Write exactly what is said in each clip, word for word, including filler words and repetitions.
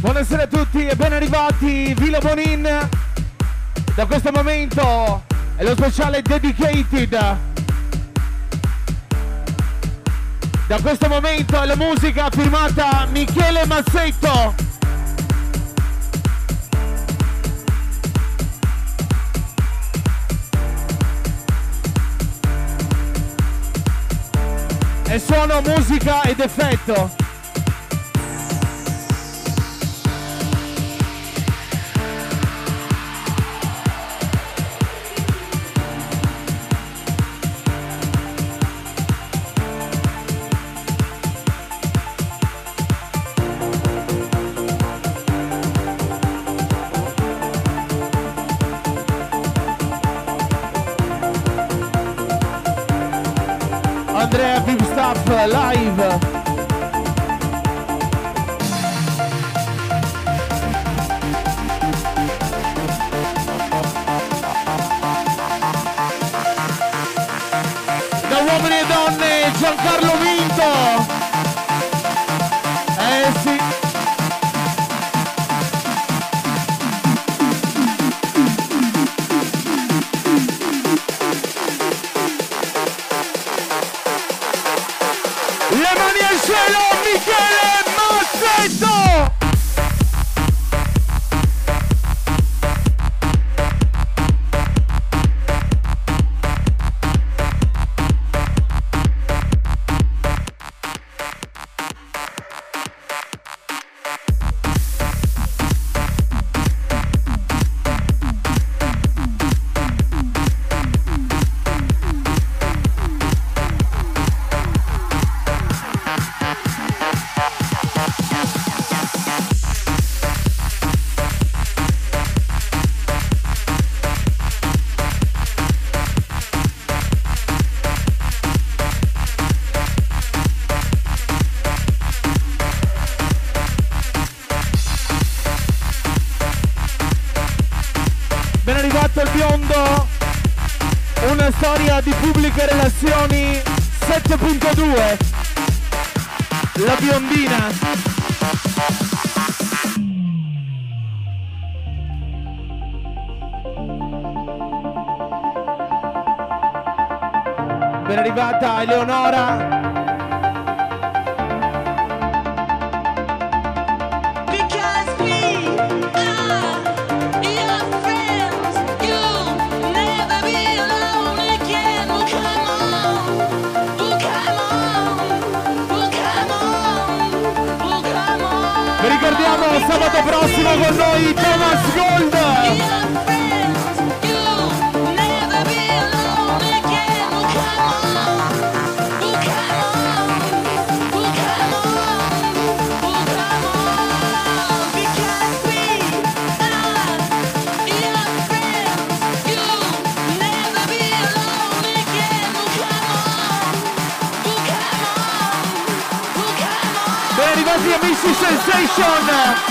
Buonasera a tutti e ben arrivati Villa Bonin. Da questo momento è lo speciale dedicated. Da questo momento è la musica firmata Michele Mazzetto. E suono, musica ed effetto. Andrea Big Stuff live. Da uomini e donne Giancarlo Vinto. Eh sì. Le mani al cielo, Michele Mazzetto! Ben arrivato il biondo, una storia di pubbliche relazioni sette punto due, la biondina. Ben arrivata Eleonora. Ricordiamo sabato prossimo con noi Thomas Gold. Ben arrivati amici Sensation.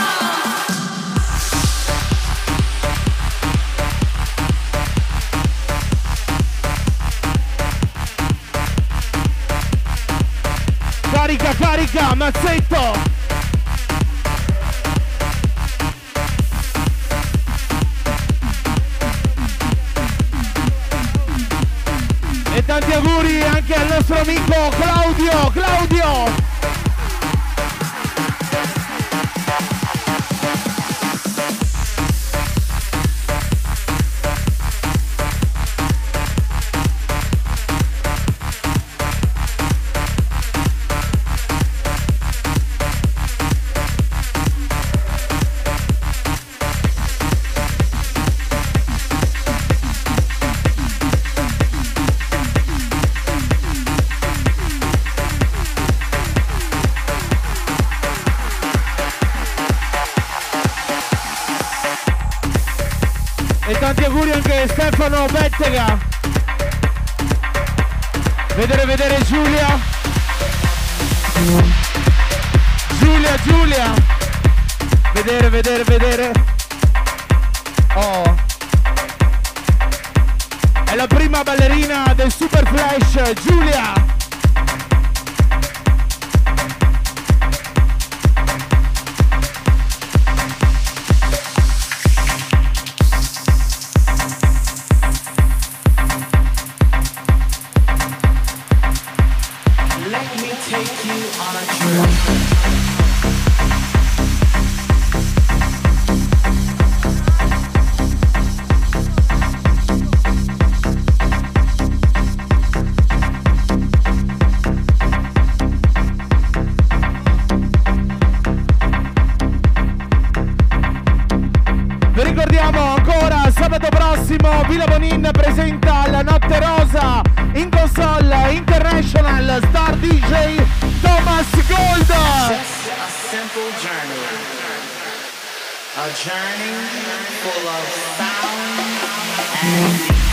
Carica, carica, Mazzetto! E tanti auguri anche al nostro amico Claudio, Claudio! E tanti auguri anche a Stefano Bettega. Vedere, vedere Giulia. Giulia, Giulia. Vedere, vedere, vedere. Oh. È la prima ballerina del Super Flash, Giulia. Villa Bonin presenta la Notte Rosa, in console International Star D J Thomas Gold. Just a simple journey, a journey full of sound and beat.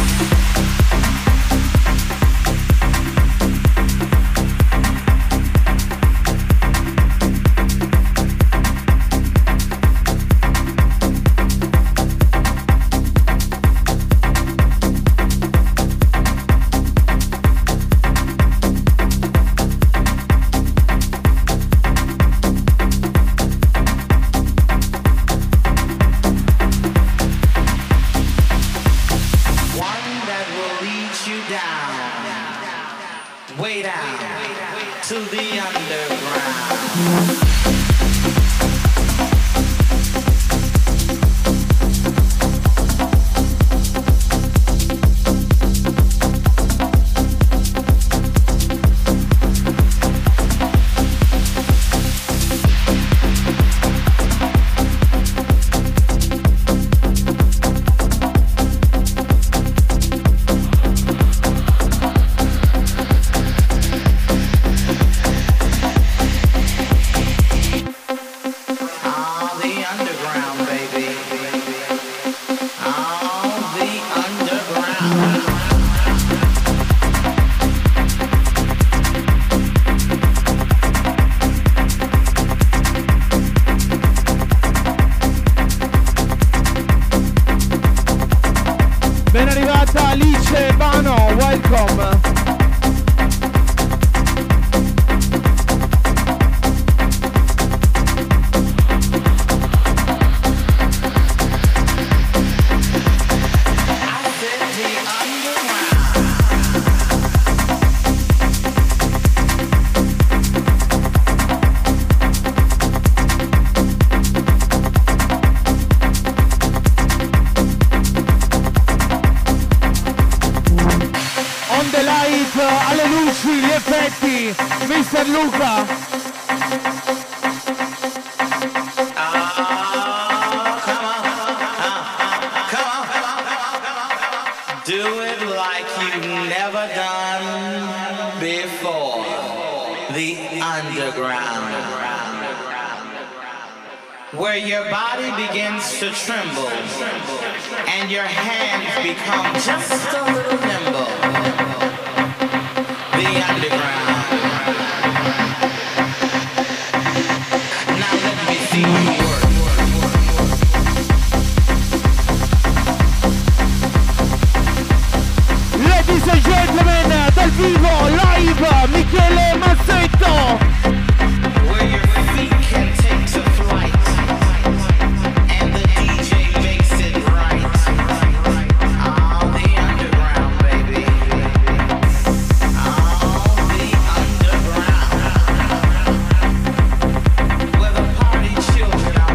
mister Luca. Oh, come on. Uh, come on. Do it like you've never done before. The underground. Where your body begins to tremble and your hands become just a little nimble. The underground. Now let me see you work. Ladies and gentlemen, dal vivo, live, Michele Mazzetto. Where your feet can take to flight and the D J makes it right. Oh, the underground, baby. Oh, the underground. Where the party children are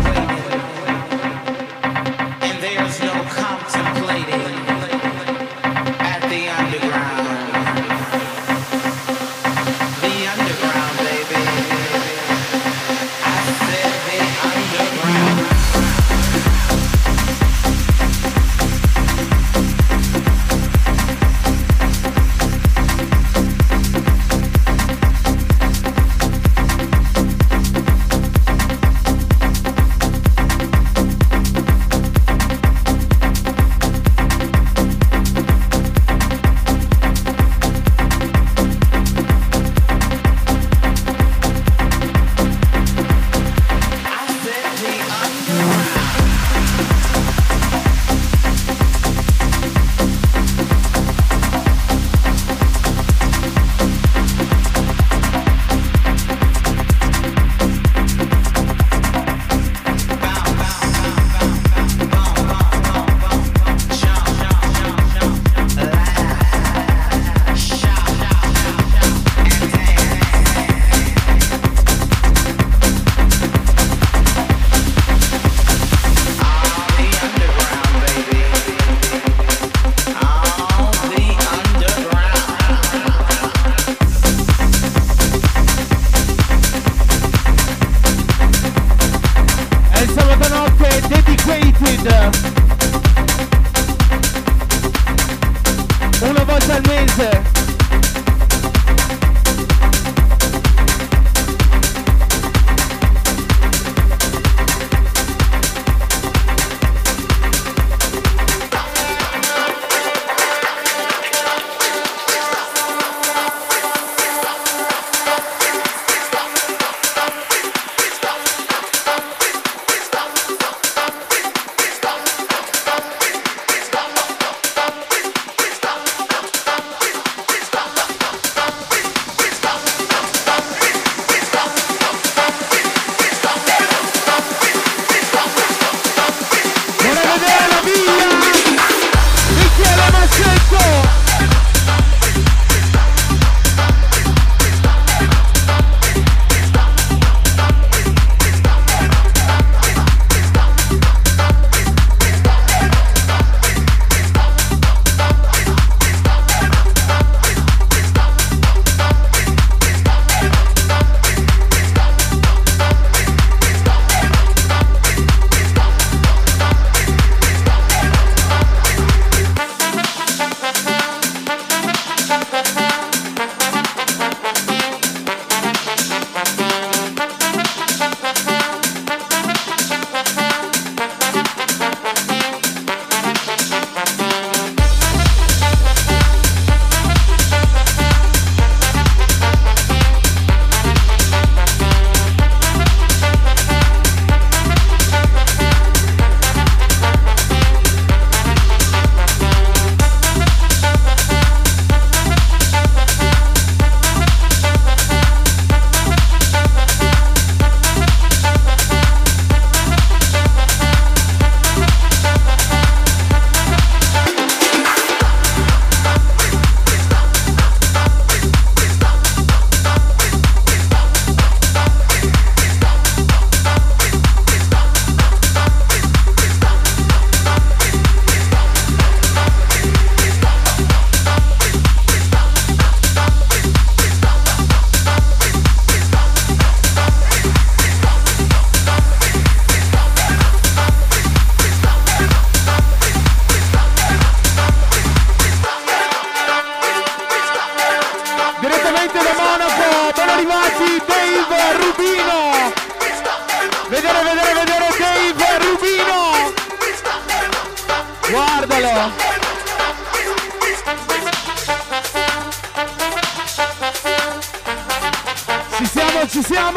ci siamo?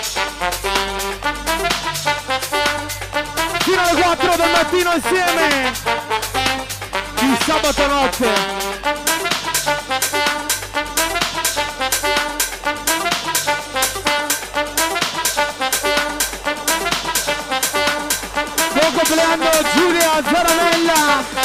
Fino alle quattro del mattino insieme di sabato notte. Buon compleanno Giulia Zaramella.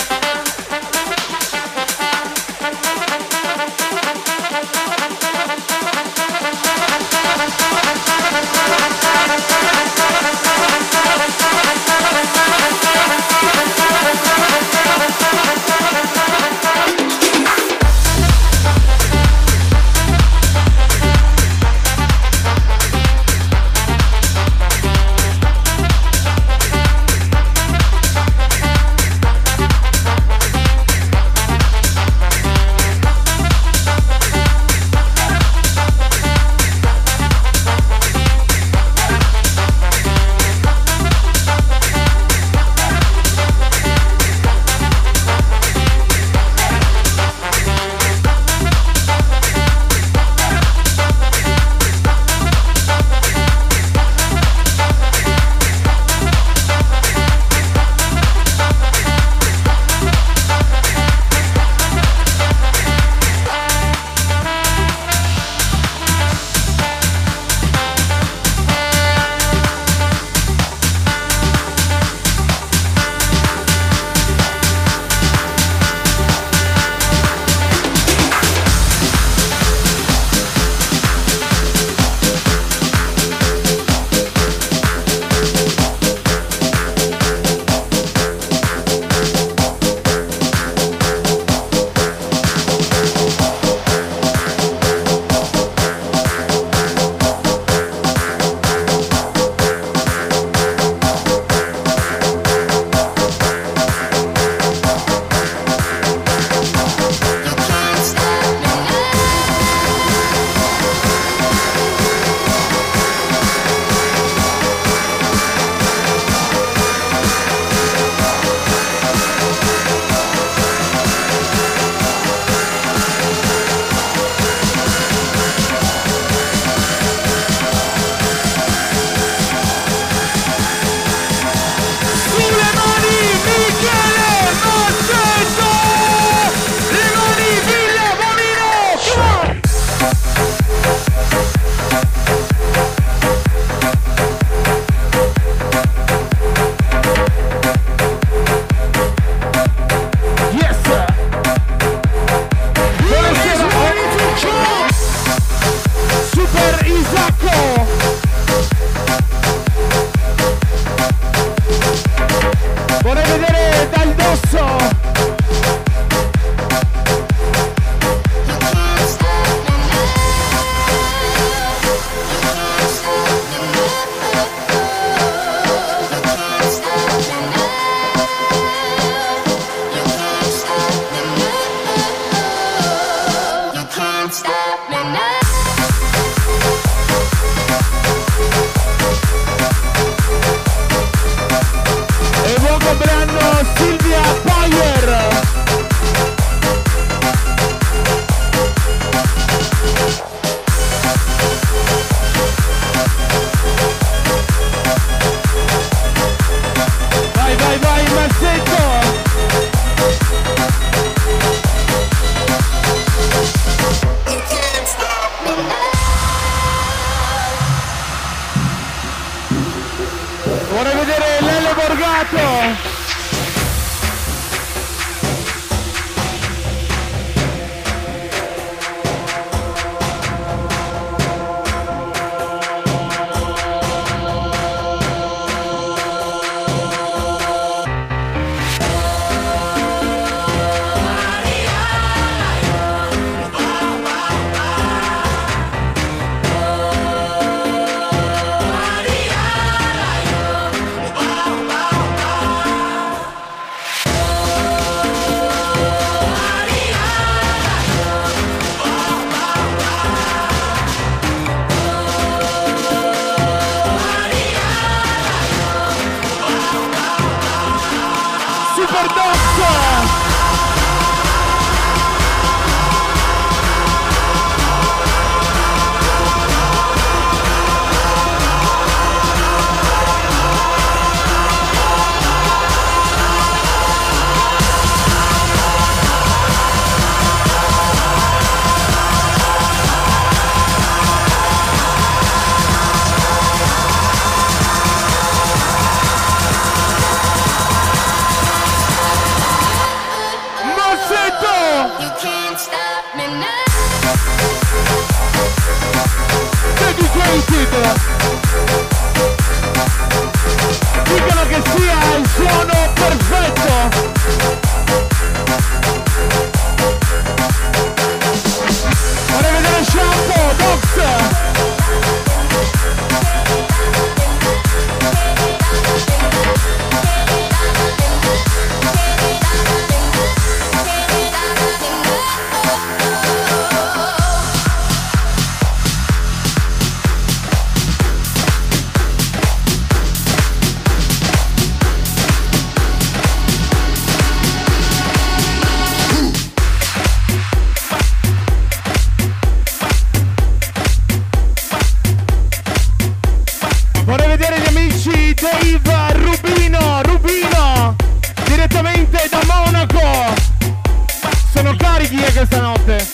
Dave Rubino, Rubino, direttamente da Monaco. Sono carichi eh, questa notte.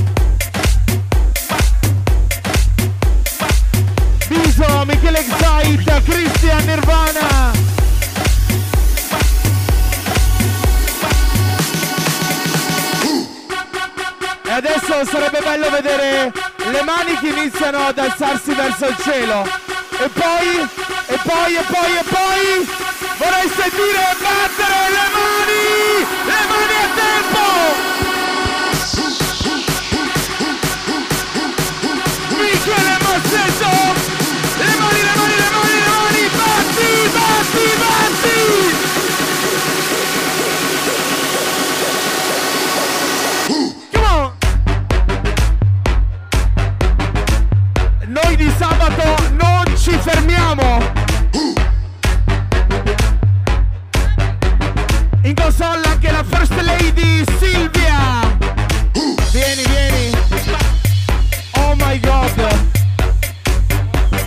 Biso, Michele Excite, Christian Nirvana. E adesso sarebbe bello vedere le mani che iniziano ad alzarsi verso il cielo. E poi, e poi, e poi, e poi vorrei sentire battere le mani! Le mani a tempo! Michele Massetto! Le mani, le mani, le mani, le mani! Batti, batti, batti! Come on! Noi di sabato non ci fermiamo! In console anche la First Lady Silvia! Vieni, vieni! Oh my god!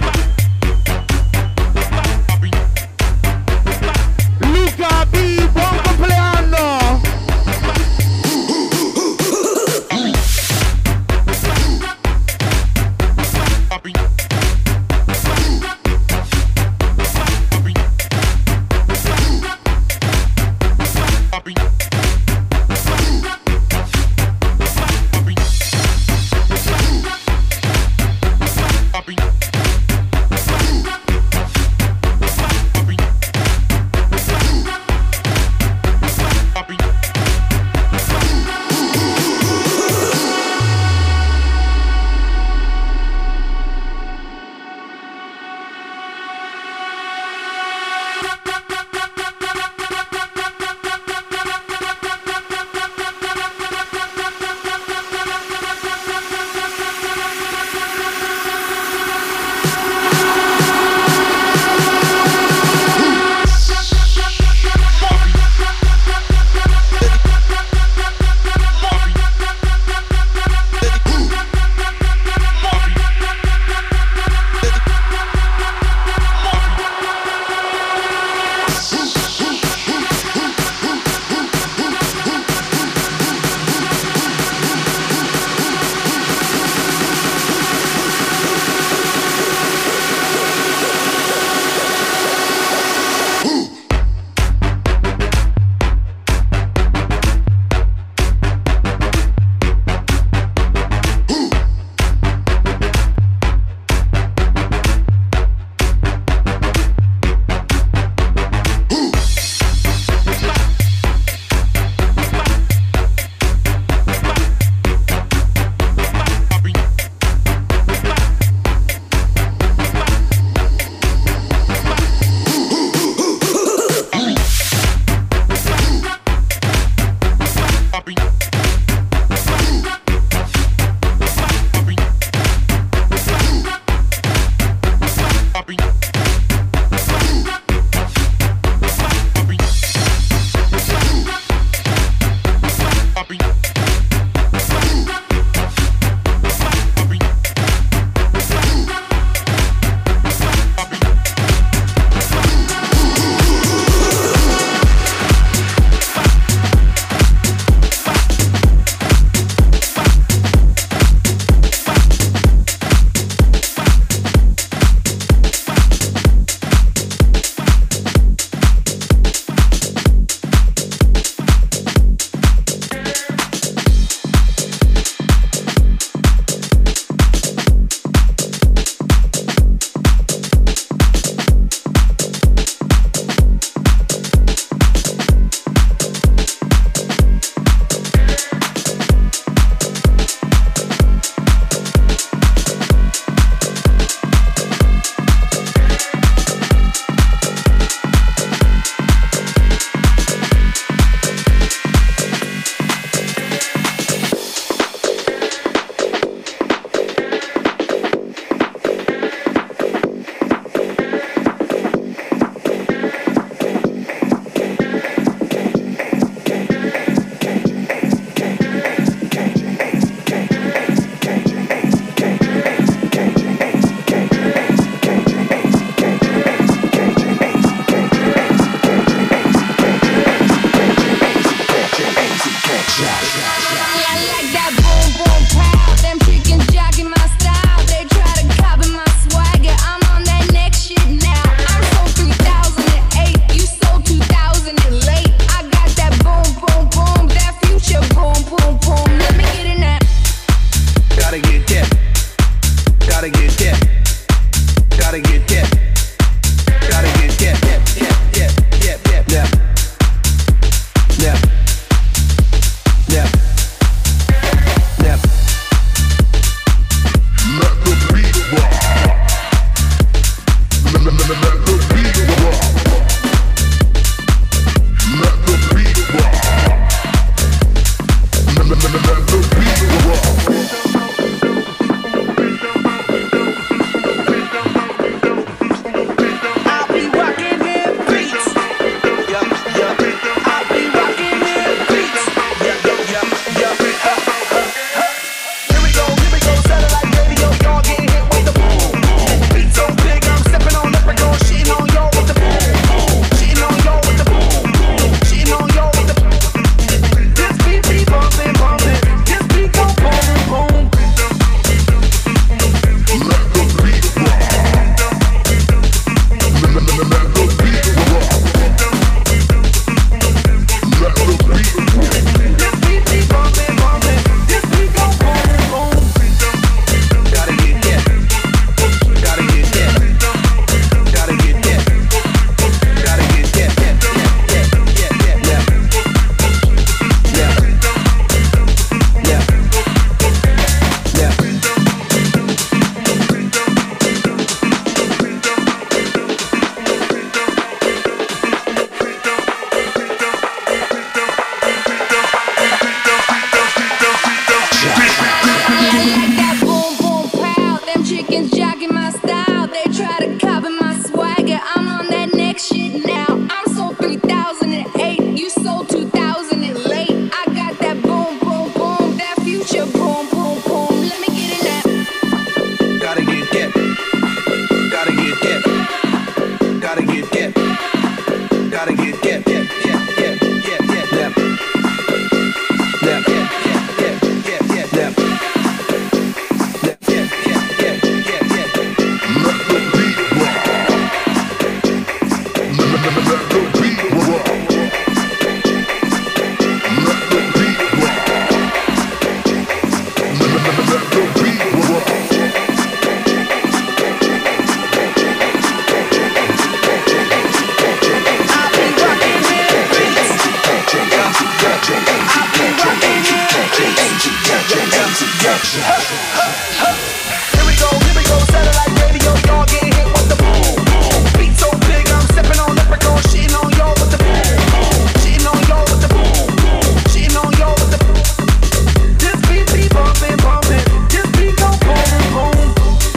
get you. Here we go, here we go, satellite radio, y'all getting hit with the boom, boom. Beat so big, I'm stepping on leprechaun, shitting on y'all with the boom, boom. Shitting on y'all with the boom, boom. Shitting on y'all with the boom. This beat be bumping, bumping. This beat go boom, boom.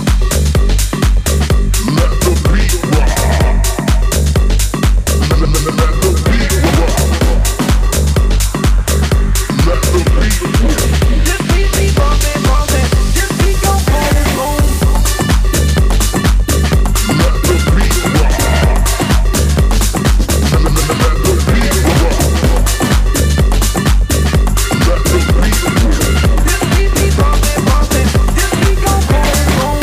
Let the beat rock. Let, let, let, let the beat rock. Let the beat rock. This beat be bumping, bumping. This beat go boom, boom. Let the beat rock. Let, let, let, let the beat rock. Let the beat rock. This beat be bumping, bumping. This beat go boom, boom.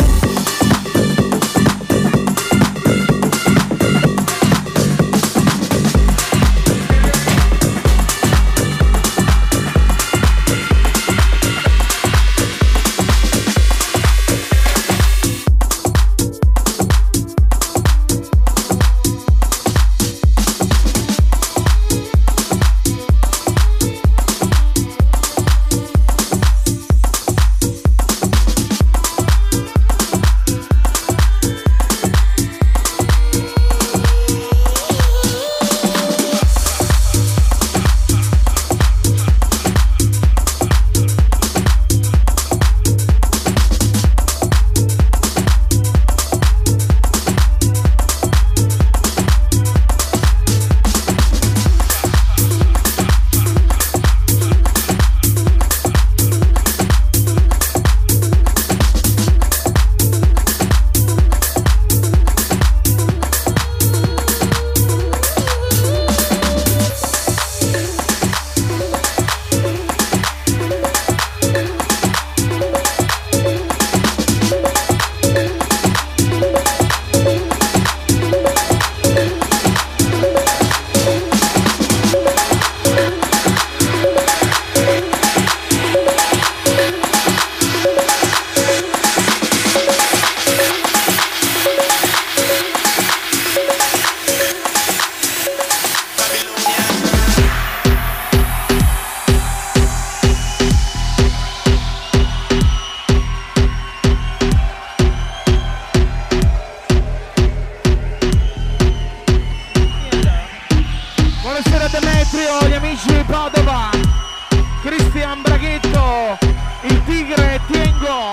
Buonasera Demetrio, gli amici di Padova, Cristian Braghetto, il Tigre Tiengo.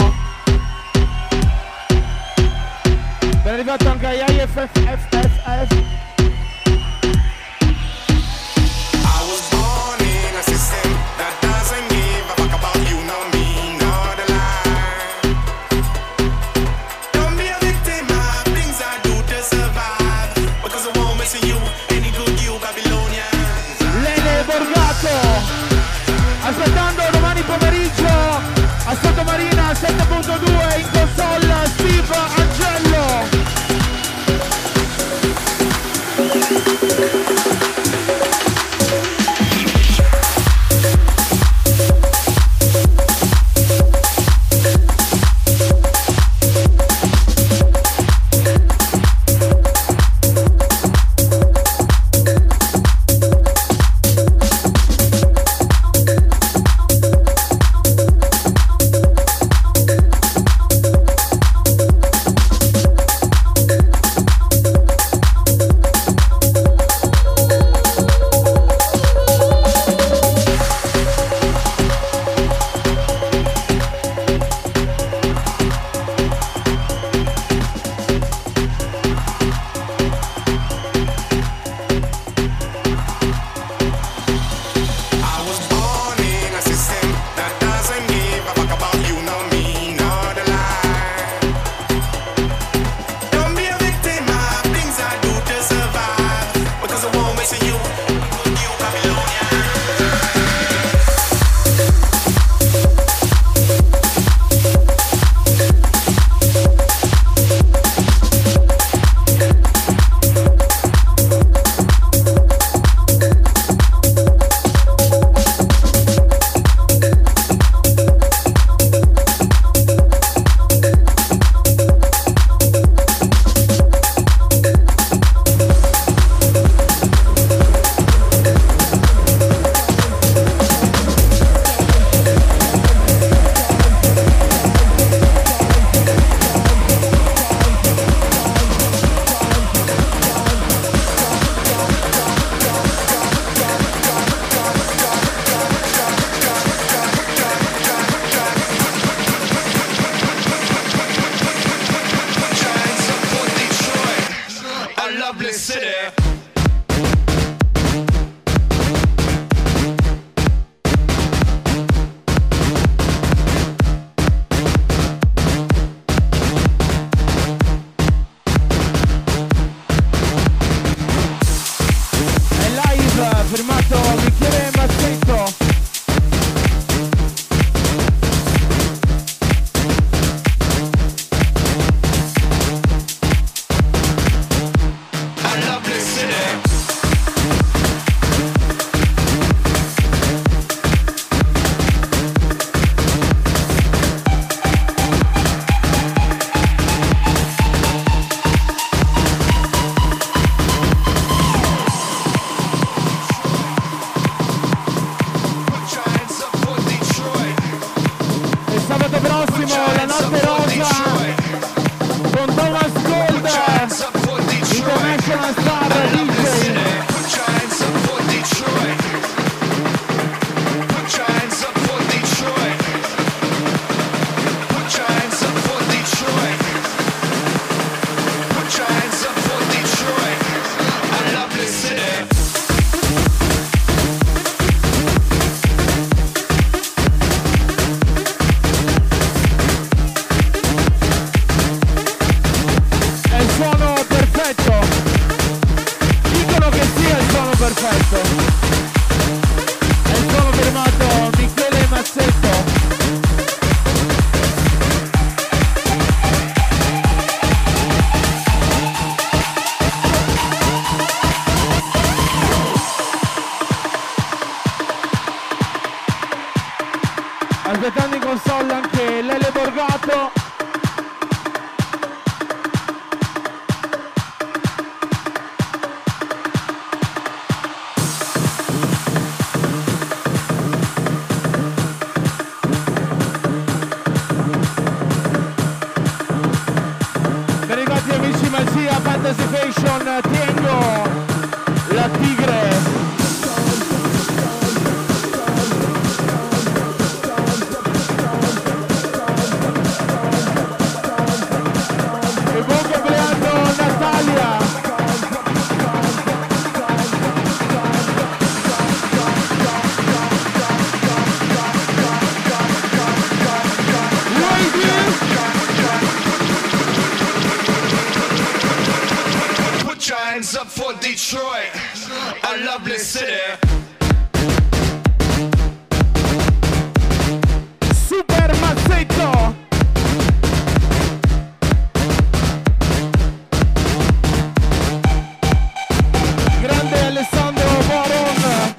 Ben arrivato anche a I F F F F F. I was born in a system that doesn't give a fuck about you, no me, nor the lie. Don't be a victim of things I do to survive, because I won't miss you, any good you Babylonians. Lele Borgato, aspettando domani pomeriggio a Sottomarina sette punto due in console Steve Angello. lovely city. Firmato Michele Mazzetto. I love this city. La notte rosa con Thomas Gold, International Star D J. Perfetto, è il suono firmato Michele Mazzetto. Aspettando in console anche Lele Borgato. Sia Fantasy Fashion, Tiengo, la Tigre. E buon compleanno Natalia. Hands up for Detroit, a lovely city. Super Mazzetto. Grande Alessandro Boron.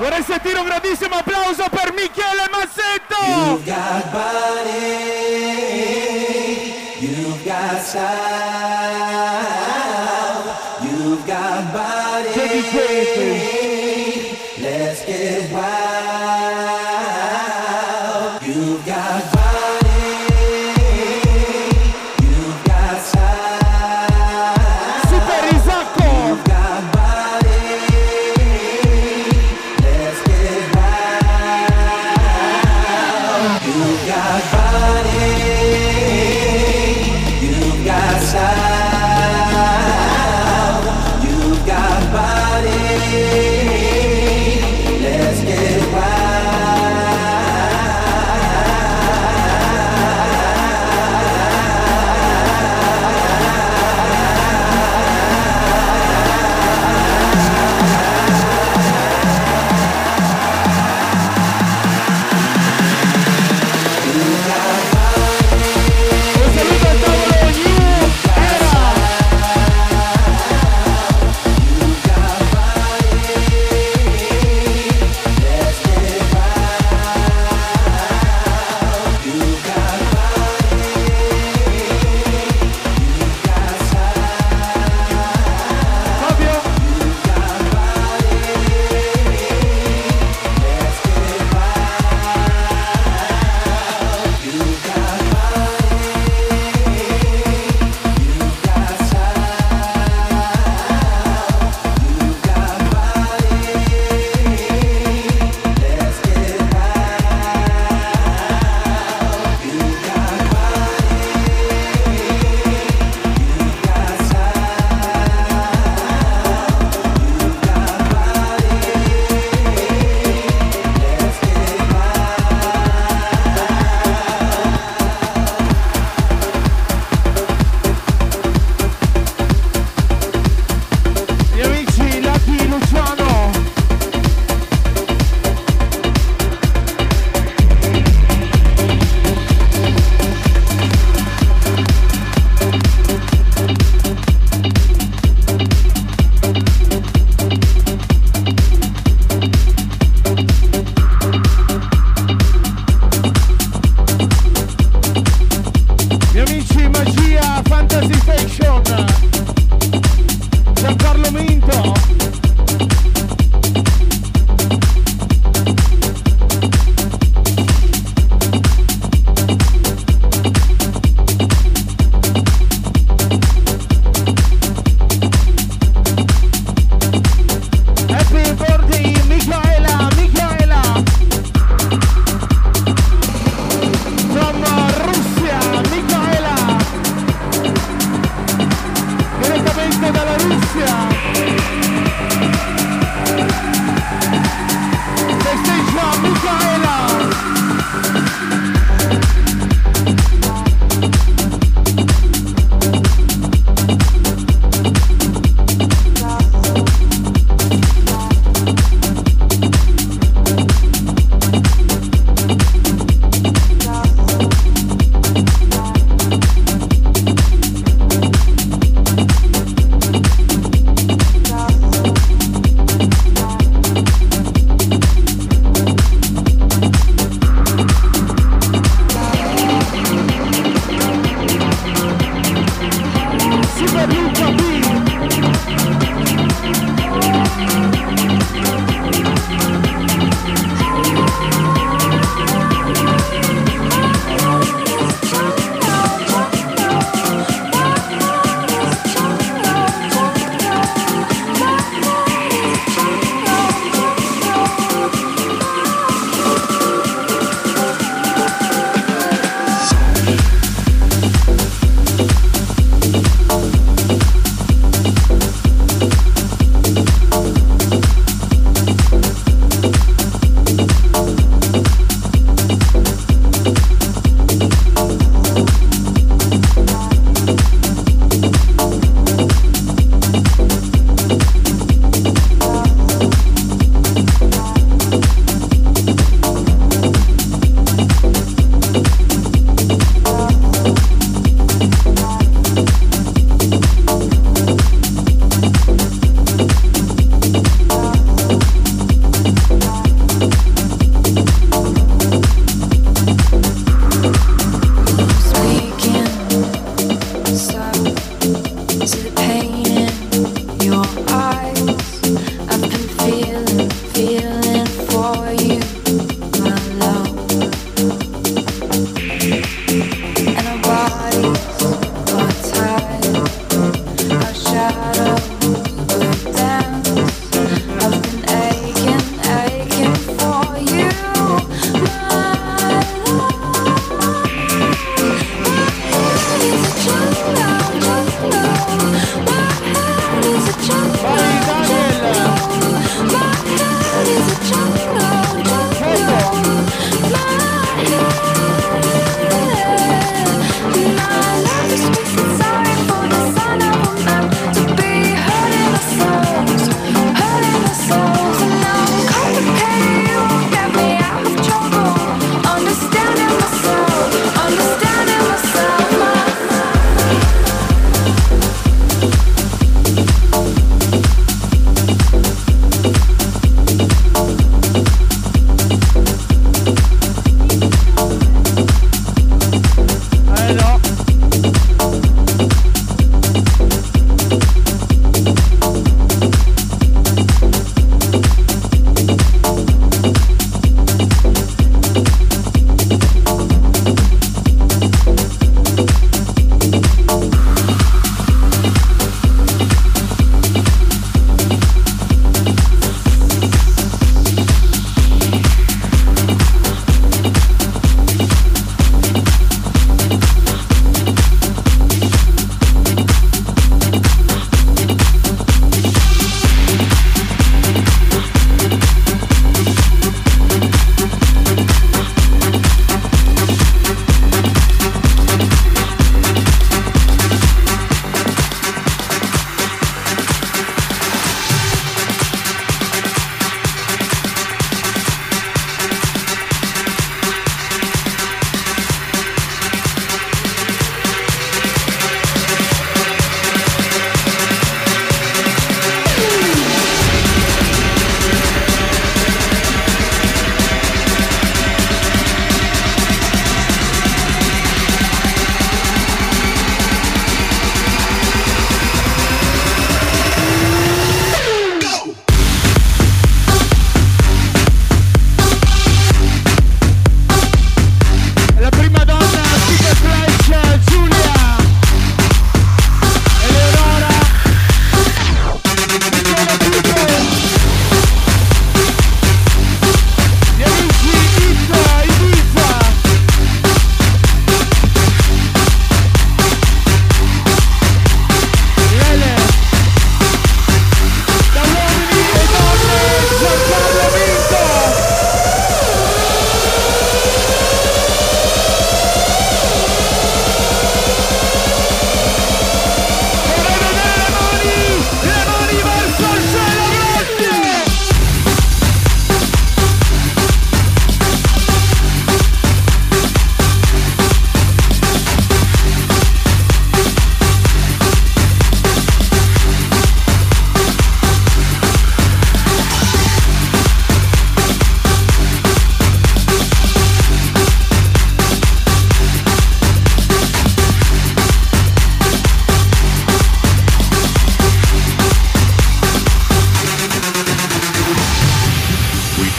Vorrei sentire un grandissimo applauso per Michele Massetto. You've got body, you've got style, you've got body. Che dicete? Let's get wild. You've got body, you've got style. Super Isacco. You've got body. Let's get wild. You've got body, you've got style, you've got body. Let's get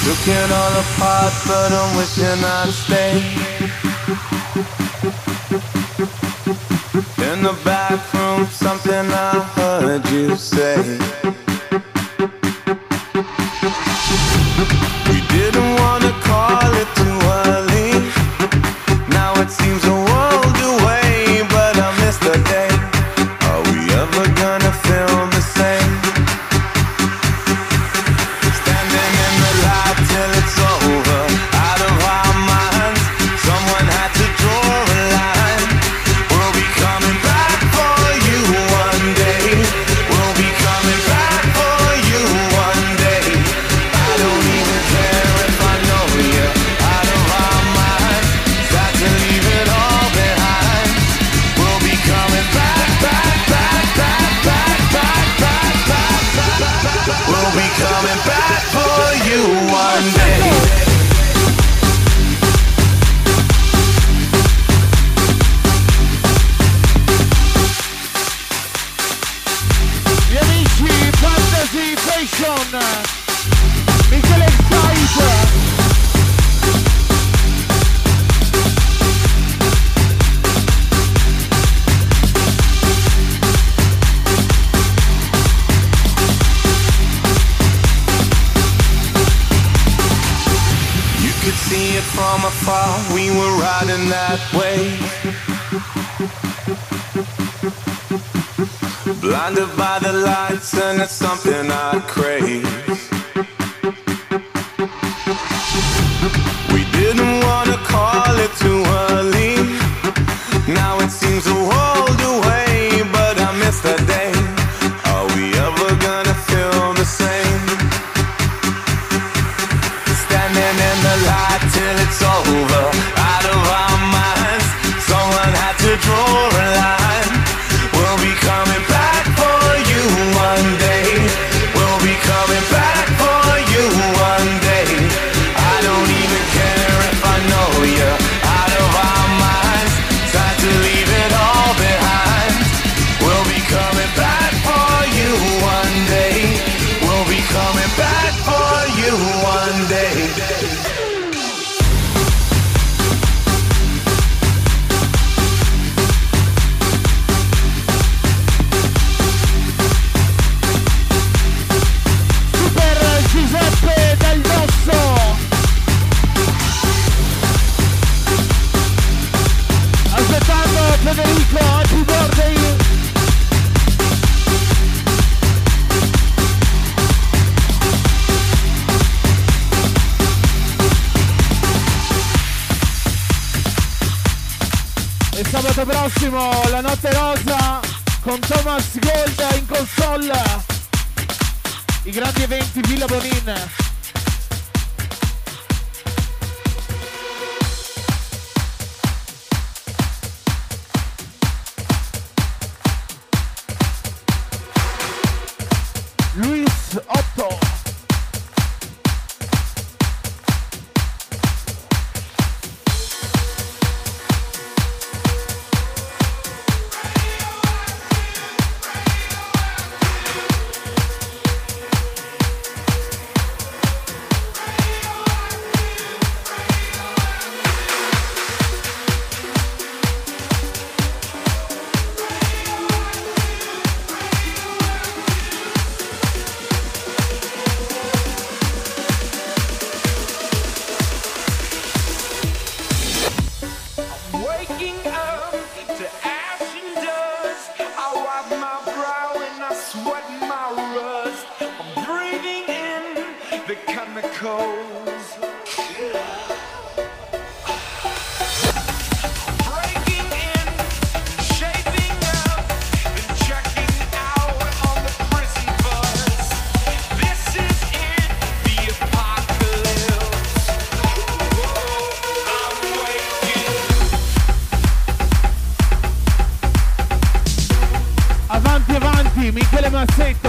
Took it all apart, but I'm wishing I'd stay. In the back room, something I heard you say. We didn't wanna call it too early. Now it seems a world away, but I miss the day. Are we ever gonna feel the same? Standing in the light till it's over, out of our minds. Someone had to draw a line. We'll be coming back for you one day. We'll be coming back for you one day. I don't even care if I know you out of our minds. Got to leave it all behind. We'll be coming back, back, back, back, back, back, back, back, back, back. We'll be coming back for you one day. Gli amici Fantasy Fashion, Michele Said. You could see it from afar, we were riding that way. Blinded by the lights and it's something I crave. We didn't wanna call it too early. Now it seems a world away, but I miss the day. Are we ever gonna feel the same? Standing in the light till it's over, out of our minds. Someone had to draw a line. We'll be coming back for you one day. We'll be coming back for you one day. I don't even care if I know you out of our minds. Time to leave it all behind. We'll be coming back for you one day. We'll be coming back for you one day. Super Giuseppe Del Dosso. Aspettando Federico, happy birthday. E sabato prossimo la notte rosa con Thomas Gold in console. I grandi eventi Villa Bonin. Luis Otto. Waking up to ash and dust. I wipe my brow and I sweat my rust. I'm breathing in the chemicals. Breaking in, shaping up, then checking out on the prison bus. This is it, the apocalypse. I'm waking. Avanti, avanti, Michele Massetto.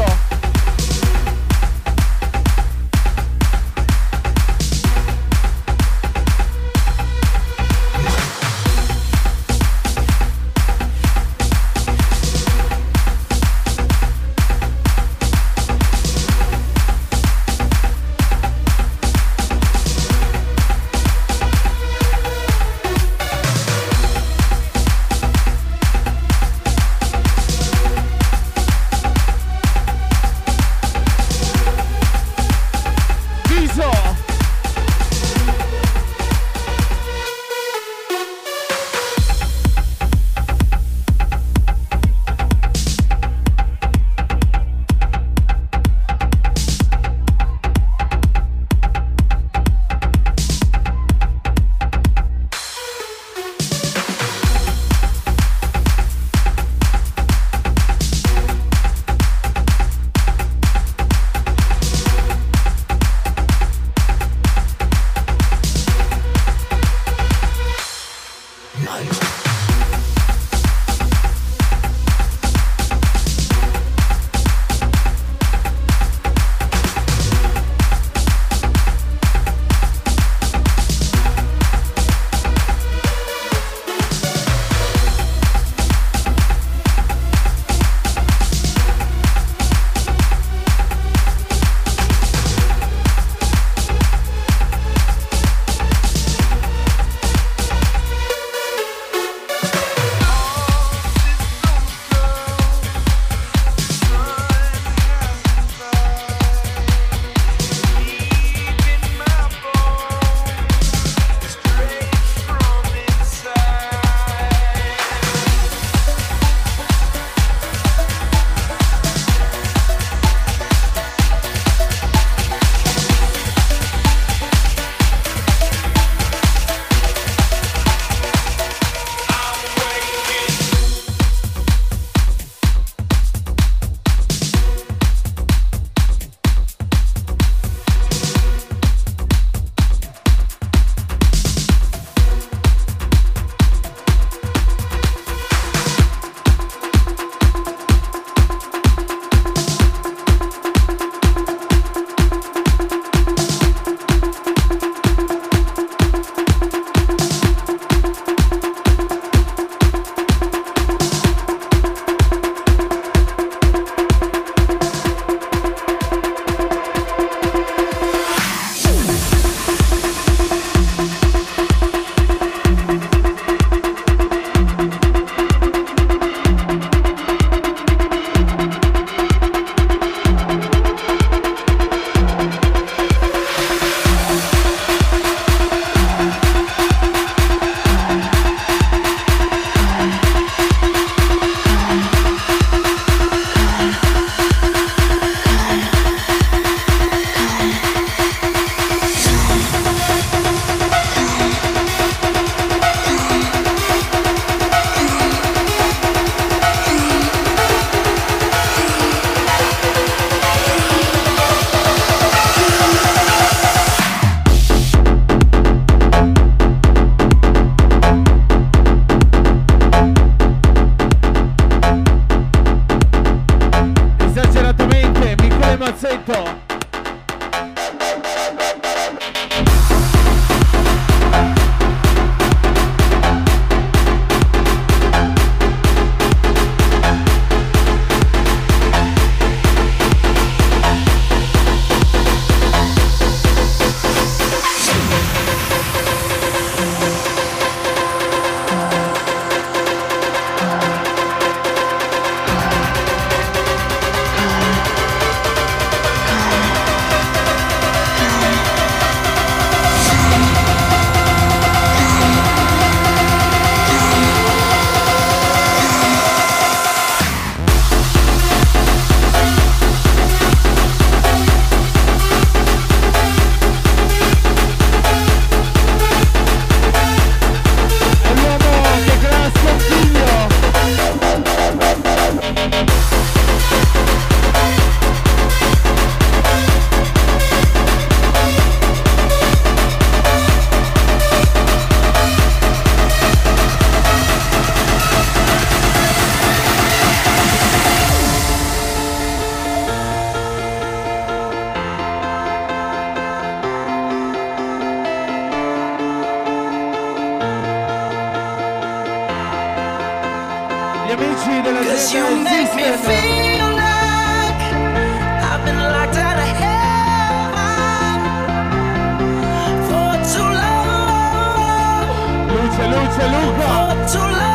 Luigi della Cause you gente make me System. feel like I've been locked out of heaven for too long. Luce, luce, Luca. For too long.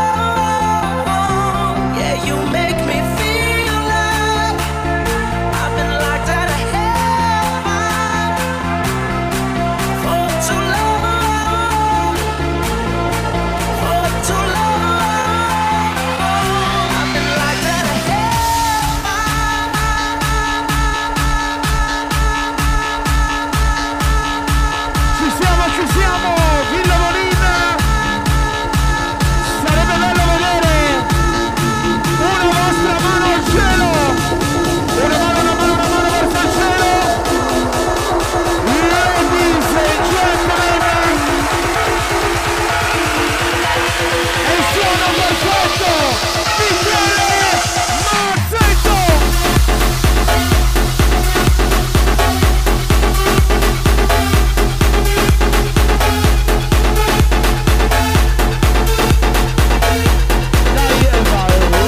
Yeah, you make me feel like I've been locked out of heaven for too long. For too long. I've been locked out of Ci siamo, ci siamo, Villa Molina. Sarebbe bello vedere una vostra mano al cielo. Una mano, una mano, una mano verso il cielo. Ladies and gentlemen. E il suono perfetto. Michele Mazzetto. Dai, Eva.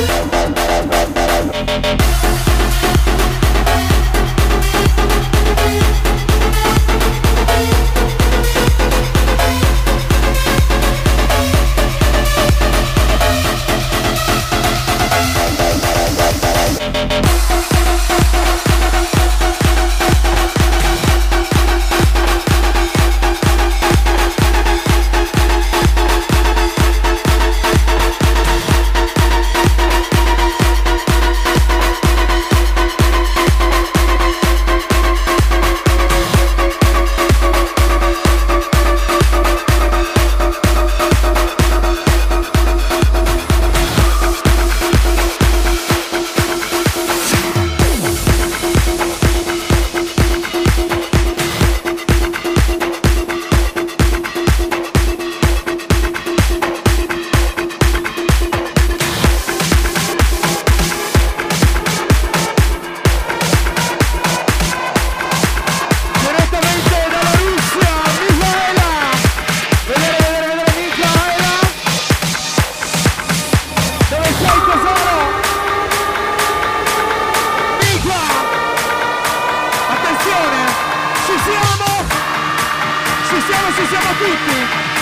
Direttamente dalla Russia, Michaela! Vedere, vedere, vedere Michaela! Dove sei tesoro? Mica! Attenzione! Ci siamo! Ci siamo, ci siamo tutti!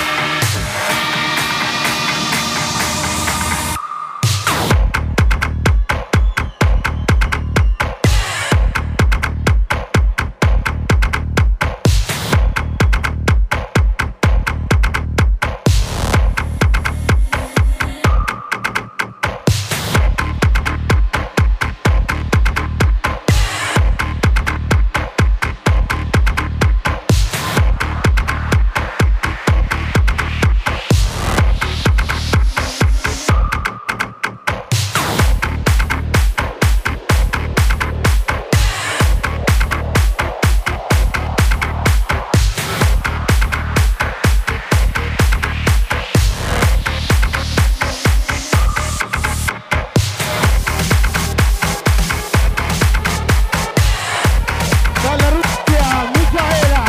Dalla Russia, Michaela!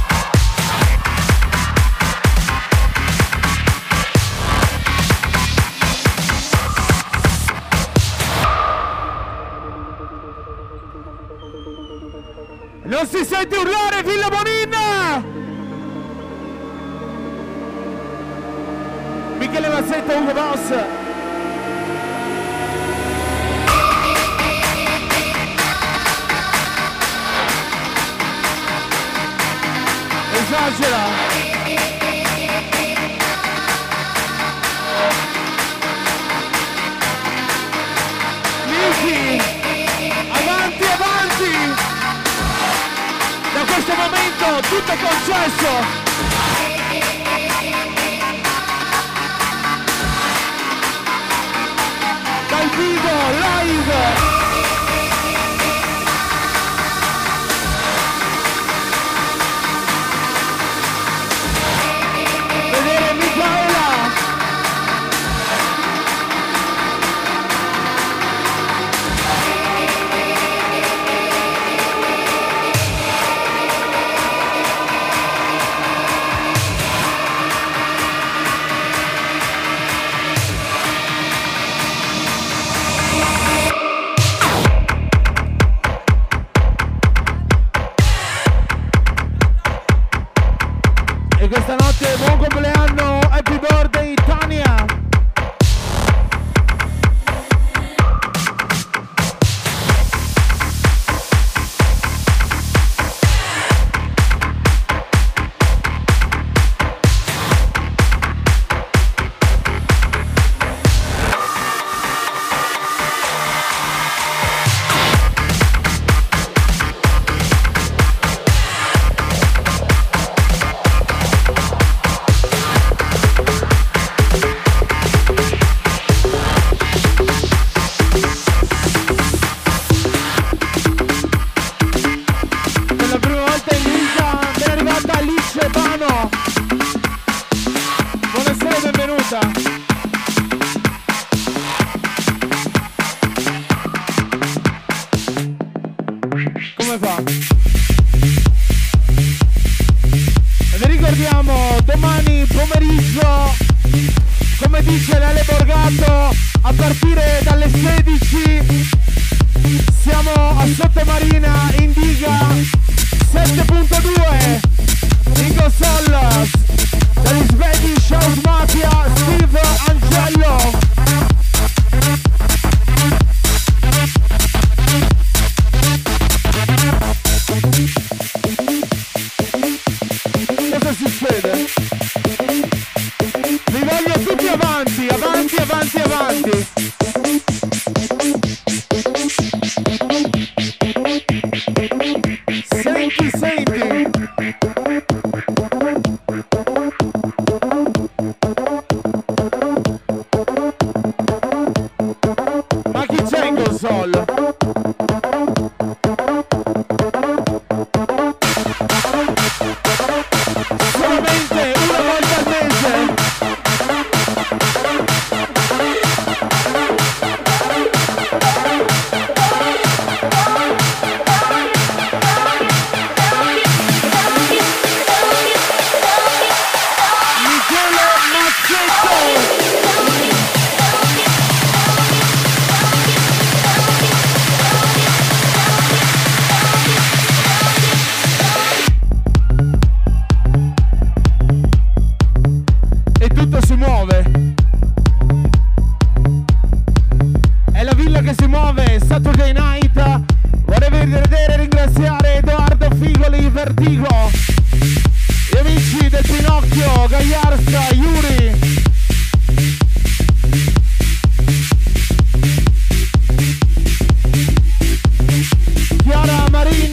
Non si sente urlare, Villa Bonina! Michele Mazzetto, Ugo Boss! Esagera! Miki! Avanti, avanti! Da questo momento tutto è concesso! Dal vivo, live! Vedere Michaela! E questa notte buon compleanno, happy birthday Tania. Come fa? E vi ricordiamo domani pomeriggio, come dice Lele Borgato, a partire dalle sedici siamo a Sottomarina in Diga sette punto due, Nico Solas, dagli Swedish House Mafia, Steve Angello. Cosa succede? Vi voglio tutti avanti, avanti, avanti, avanti. Senti, senti. Ma chi c'è in console? Solamente una volta al mese. Michele Mazzetto. E tutto si muove. È la villa che si muove, Saturday Night. Vorrei vedere e ringraziare Edoardo Figoli, Vertigo, gli amici del Pinocchio, Gagliarska, Yuri. Chiara Marin.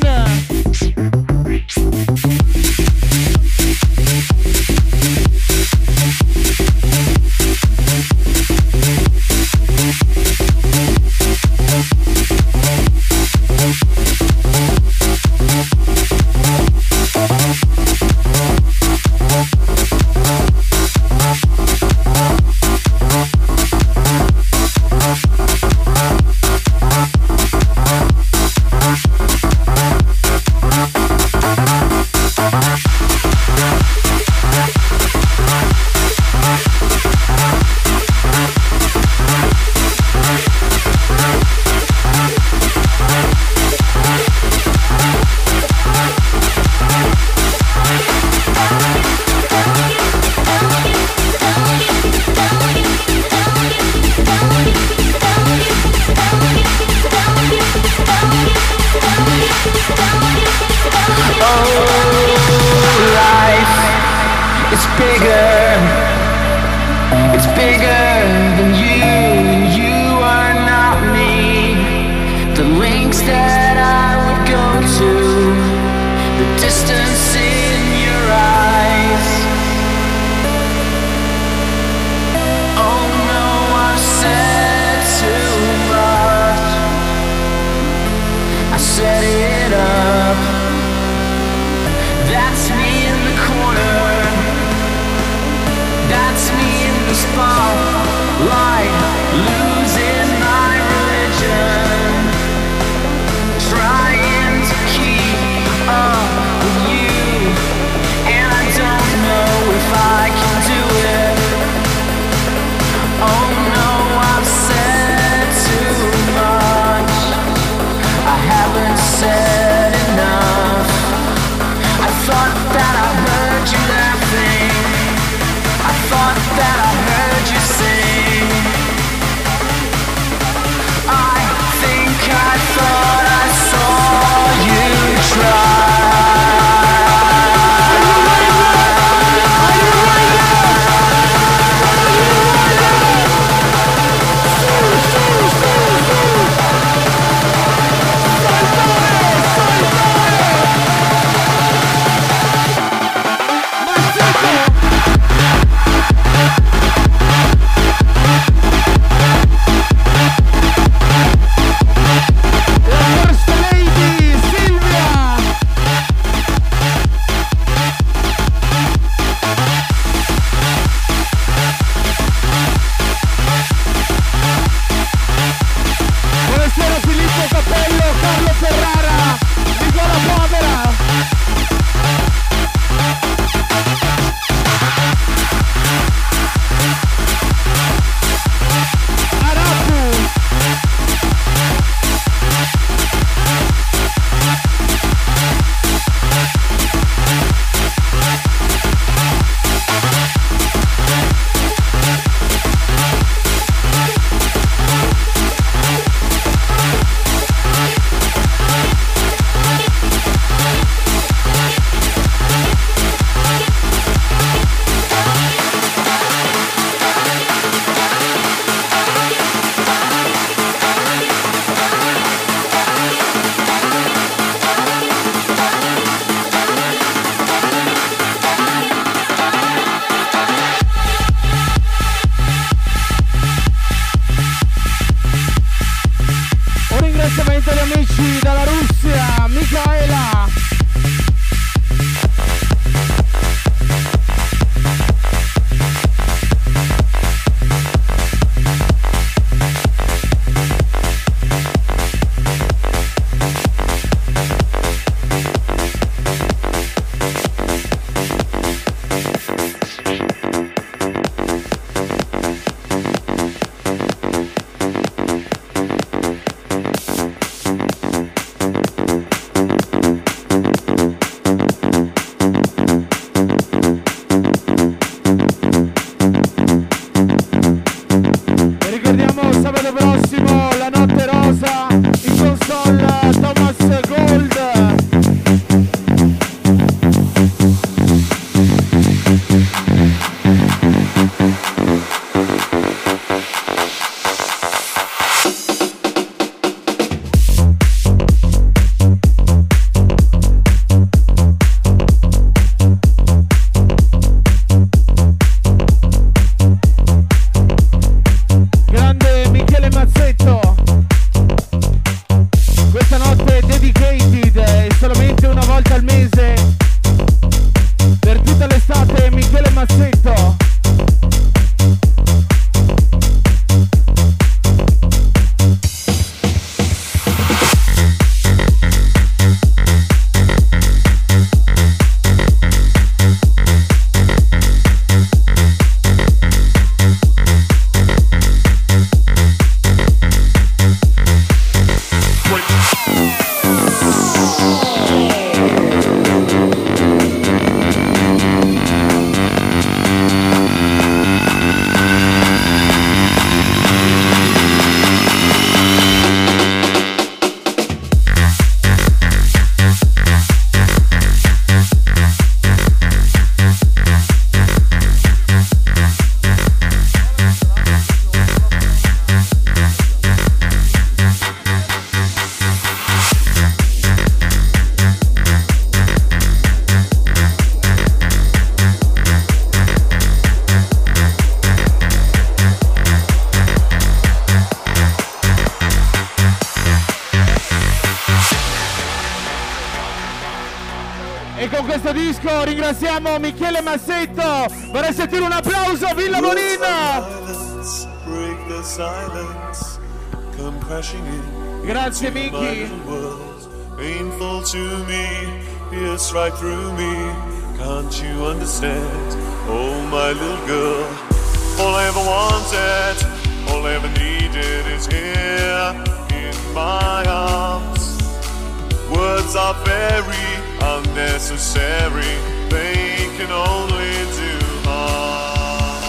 disco, ringraziamo Michele Massetto, vorrei sentire un applauso, Villa Bonin! Silence, break the silence, come crashing in. Grazie My Miki. little world, painful to me, pierce right through me. Can't you understand? Oh, my little girl, all I ever wanted, all I ever needed is here in my arms. Words are very unnecessary, they can only do harm.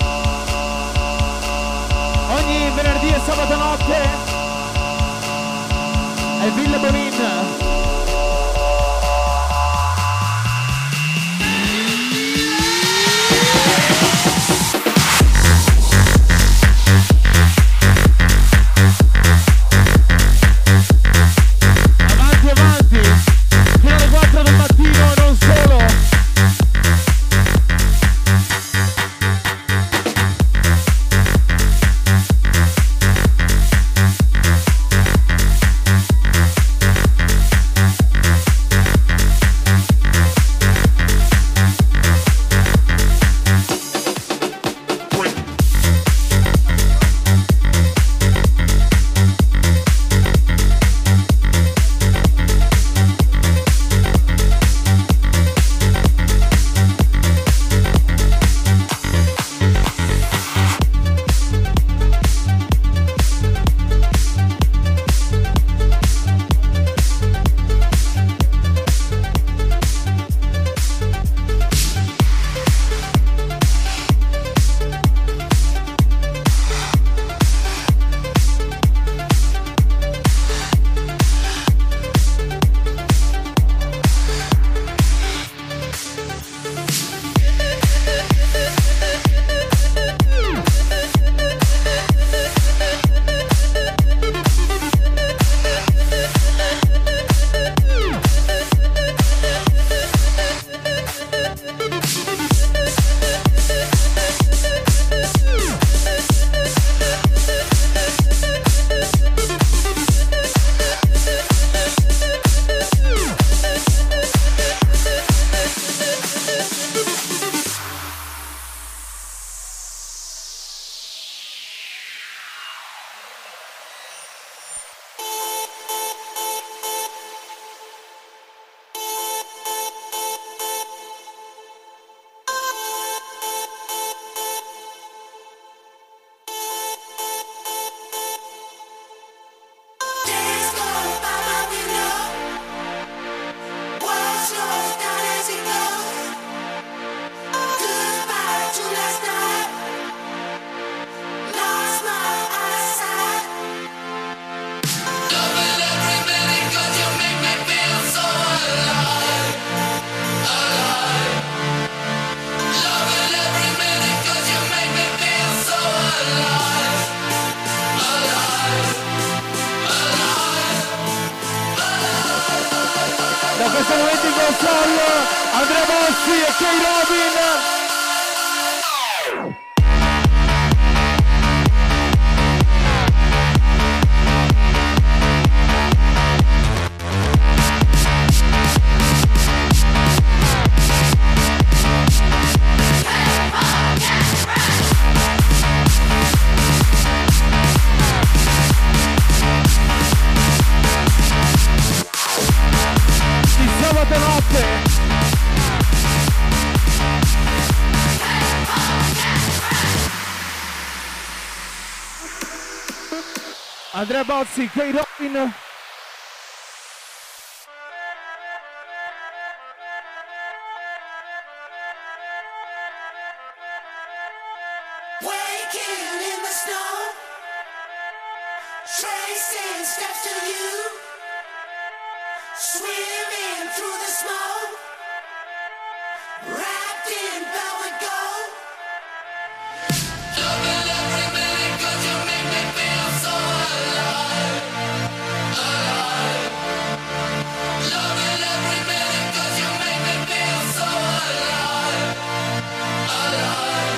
Ogni venerdì e sabato notte è Villa Bonin. Avanti, avanti, fino alle quattro del mattino e non solo. Da questo momento in console Andrea Bossi e K-Robin. Di sabato notte. Andrea Bozzi, K-Robin. Waking in the snow, tracing steps to you, swimming through the smoke, wrapped in velvet gold. Loving every minute 'cause you make me feel so alive, alive. Loving every minute 'cause you make me feel so alive, alive.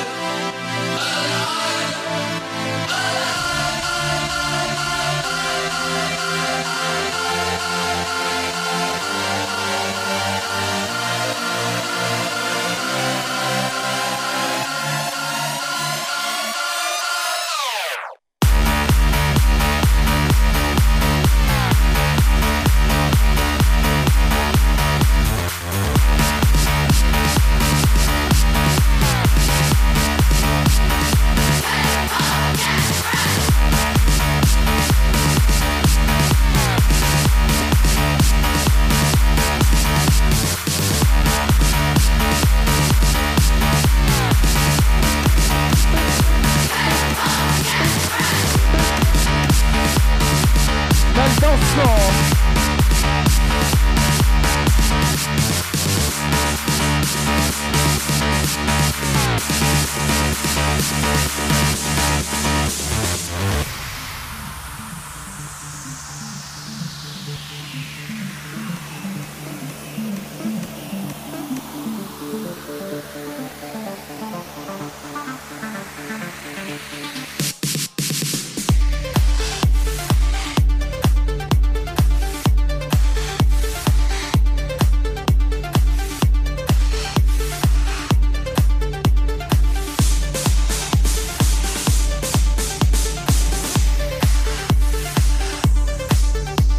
disco.